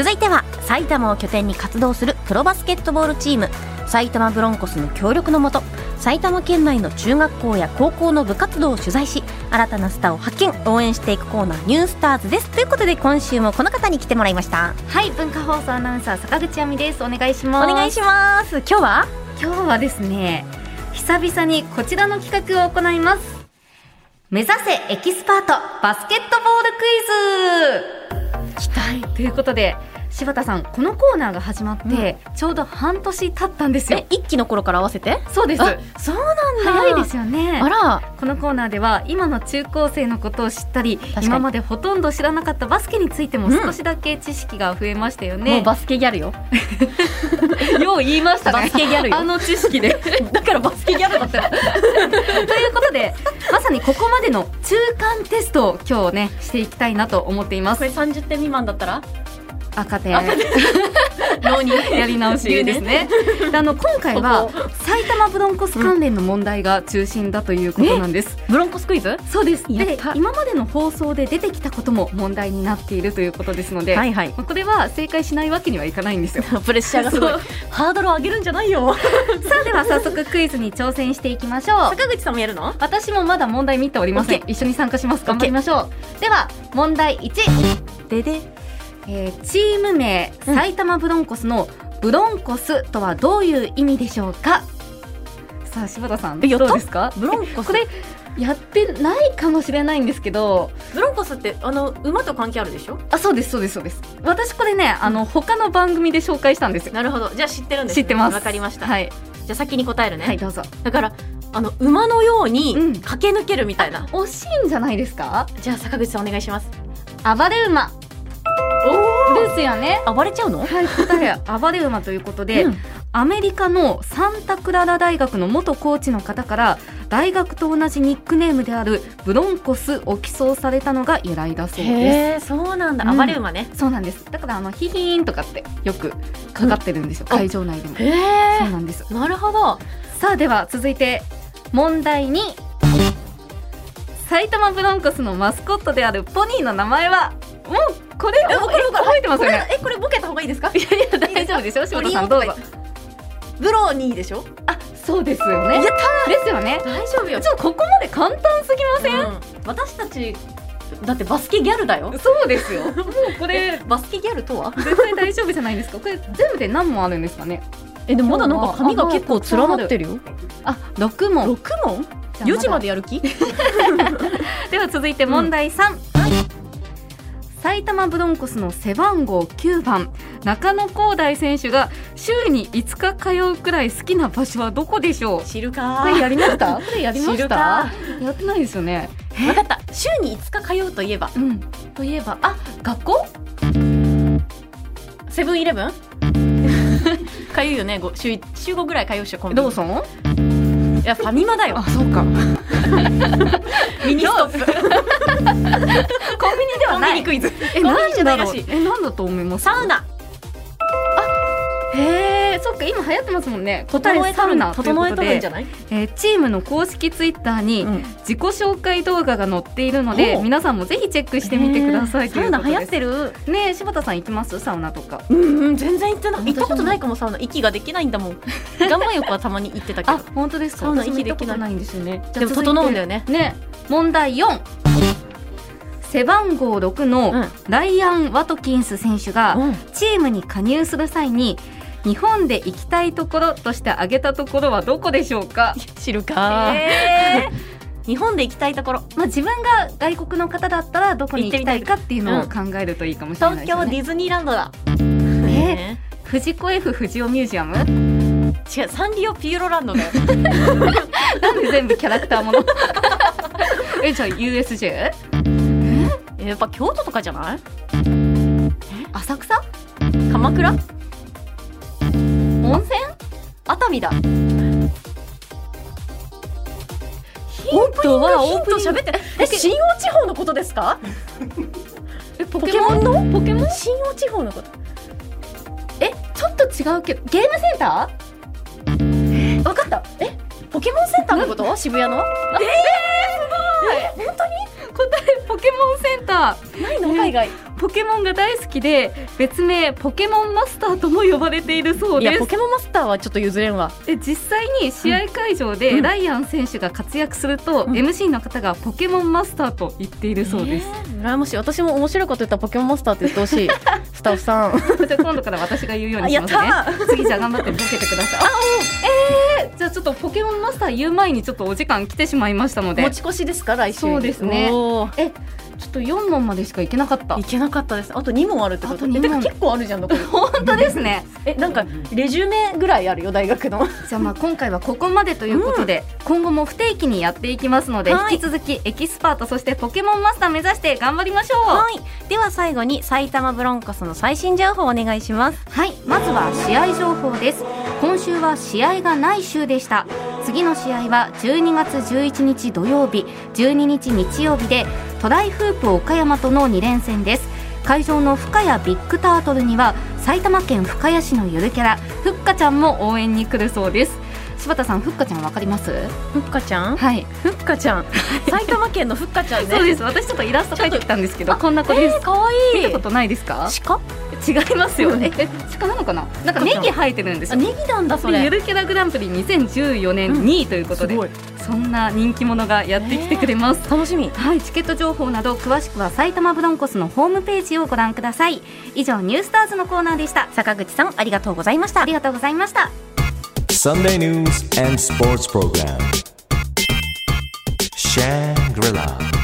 続いては埼玉を拠点に活動するプロバスケットボールチーム埼玉ブロンコスの協力のもと、埼玉県内の中学校や高校の部活動を取材し、新たなスターを発見応援していくコーナー、ニュースターズです。ということで今週もこの方に来てもらいました。 はい、文化放送アナウンサー坂口亜美です。お願いします。 お願いします。今日はですね、久々にこちらの企画を行います。目指せエキスパートバスケットボールクイズ。期待ということで、柴田さん、このコーナーが始まってちょうど半年経ったんですよ。 一期の頃から合わせて？ そうです。 そうなんだ。 早いですよね。 あら、 このコーナーでは今の中高生のことを知ったり、今までほとんど知らなかったバスケについても少しだけ知識が増えましたよね。 もうバスケギャルよ。 よう言いましたね。 バスケギャルよ。 あの知識でだからバスケギャルだったよ。 ということで、まさにここまでの中間テストを今日ねしていきたいなと思っています。 これ30点未満だったら赤点浪人やり直しですね。で、今回は埼玉ブロンコス関連の問題が中心だということなんです。 ブロンコスクイズ？ そうです。で、今までの放送で出てきたことも問題になっているということですので、 はいはい、 これは正解しないわけにはいかないんですよ。 プレッシャーがすごい。ハードルを上げるんじゃないよ。 さあ、では早速クイズに挑戦していきましょう。 坂口さんもやるの？ 私もまだ問題見ておりません。一緒に参加します。頑張りましょう。では問題1でチーム名埼玉ブロンコスのブロンコスとはどういう意味でしょうか。さあ、柴田さんどうですか？ ブロンコス、 これやってないかもしれないんですけど、 ブロンコスって馬と関係あるでしょ？ あ、そうですそうですそうです。私これね、他の番組で紹介したんですよ。 なるほど、じゃあ知ってるんですね。 知ってます。 わかりました。 はい、 じゃあ先に答えるね。 はい、どうぞ。 だから馬のように駆け抜けるみたいな、 惜しいんじゃないですか？ じゃあ坂口さんお願いします。 暴れ馬ですよね。 暴れちゃうの？ はい、答え暴れ馬ということで、アメリカのサンタクララ大学の元コーチの方から大学と同じニックネームであるブロンコスを起訴されたのが由来だそうです。 へー、そうなんだ。暴れ馬ね。 そうなんです。だからヒヒーンとかってよくかかってるんですよ、会場内でも。 へー、 そうなんです。 なるほど。 さあ、では続いて問題2。埼玉ブロンコスのマスコットであるポニーの名前は？もうこれ覚えてますよね。 これボケた方がいいですか？ いやいや、大丈夫ですよ。柴田さんどうぞ。 ブローニーでしょ？ あ、そうですよね。 やったーですよね。 大丈夫よ。 ちょっとここまで簡単すぎません？ 私たちだってバスケギャルだよ。 そうですよ。もうこれバスケギャルとは絶対大丈夫じゃないですか。これ全部で何問あるんですかね？ でもまだなんか紙が結構連なってるよ。 あ、6問。 6問？4時までやる気？ では続いて問題3。埼玉ブロンコスの背番号9番中野光大選手が週に5日通うくらい好きな場所はどこでしょう？ 知るか。 これやりました？これやりました？ 知るか。 やってないですよね。 分かった。週に5日通うといえば、学校？セブンイレブン？通うよね。週5ぐらい通うし、コンビニ。 ローソン？ いや、ファミマだよ。 あ、そうか。 ミニストップ。コンビニではない。コンビニクイズ。 なんじゃないらしい。なんだと思います？ サウナ。 へー、そっか、今流行ってますもんね。答えサウナということで、チームの公式ツイッターに自己紹介動画が載っているので、皆さんもぜひチェックしてみてください。 サウナ流行ってるね。柴田さん行きます？サウナとか。 全然行ってない。行ったことないかも。サウナ息ができないんだもん。岩盤浴はたまに行ってたけど。 あ、本当ですか？ サウナ息できないんですよね。 でも整うんだよね。 問題4。背番号6のライアン・ワトキンス選手がチームに加入する際に日本で行きたいところとして挙げたところはどこでしょうか？ 知るか。日本で行きたいところ、 自分が外国の方だったらどこに行きたいかっていうのを考えるといいかもしれないですね。 東京ディズニーランドだ。 藤子 F 不二雄ミュージアム？ 違う、サンリオピューロランドだよ。 なんで全部キャラクターもの？じゃあ USJ？ やっぱ京都とかじゃない？ 浅草？ 鎌倉？ 温泉？ 熱海だ。ヒントはオープン喋って。新大地方のことですか？ ポケモンの？ポケモン？ 新大地方のこと。 ちょっと違うけど、ゲームセンター？ わかった。ポケモンセンターのこと？渋谷の？ すごい。本当に？答えポケモンセンター。 ないの？海外。 ポケモンが大好きで、別名ポケモンマスターとも呼ばれているそうです。 いやポケモンマスターはちょっと譲れんわ。 で実際に試合会場でライアン選手が活躍すると、MC の方がポケモンマスターと言っているそうです。 羨ましい。私も面白いこと言ったらポケモンマスターって言ってほしいスタッフさんじゃあ今度から私が言うようにしますね。次じゃあ頑張ってボケてください。じゃあちょっとポケモンマスター言う前にちょっとお時間来てしまいましたので。 持ち越しですか来週。そうですね。ちょっと4問までしかいけなかった。 いけなかったです。あと2問あるってこと。結構あるじゃん。これ本当ですね。 なんかレジュメぐらいあるよ大学の。 じゃあ今回はここまでということで、今後も不定期にやっていきますので、引き続きエキスパートそしてポケモンマスター目指して頑張りましょう。 はい。では最後に埼玉ブロンコスの最新情報をお願いします。 はい。まずは試合情報です。今週は試合がない週でした。次の試合は12月11日土曜日、12日日曜日でトライフープ岡山との2連戦です。会場の深谷ビッグタートルには埼玉県深谷市のゆるキャラふっかちゃんも応援に来るそうです。柴田さん、ふっかちゃんわかります？ ふっかちゃん？ はい、 ふっかちゃん埼玉県のふっかちゃんね。 そうです。私ちょっとイラスト描いてきたんですけど、こんな子です。 かわいい。 見たことないですか？ 鹿？ 違いますよ。鹿なのかな。なんかネギ生えてるんですよ。 ネギなんだそれ。 ゆるキャラグランプリ2014年2位ということで、そんな人気者がやってきてくれます。 楽しみ。 はい、チケット情報など詳しくは埼玉ブロンコスのホームページをご覧ください。以上ニュースターズのコーナーでした。 坂口さんありがとうございました。 ありがとうございました。 Sunday News and Sports Program Shangri-La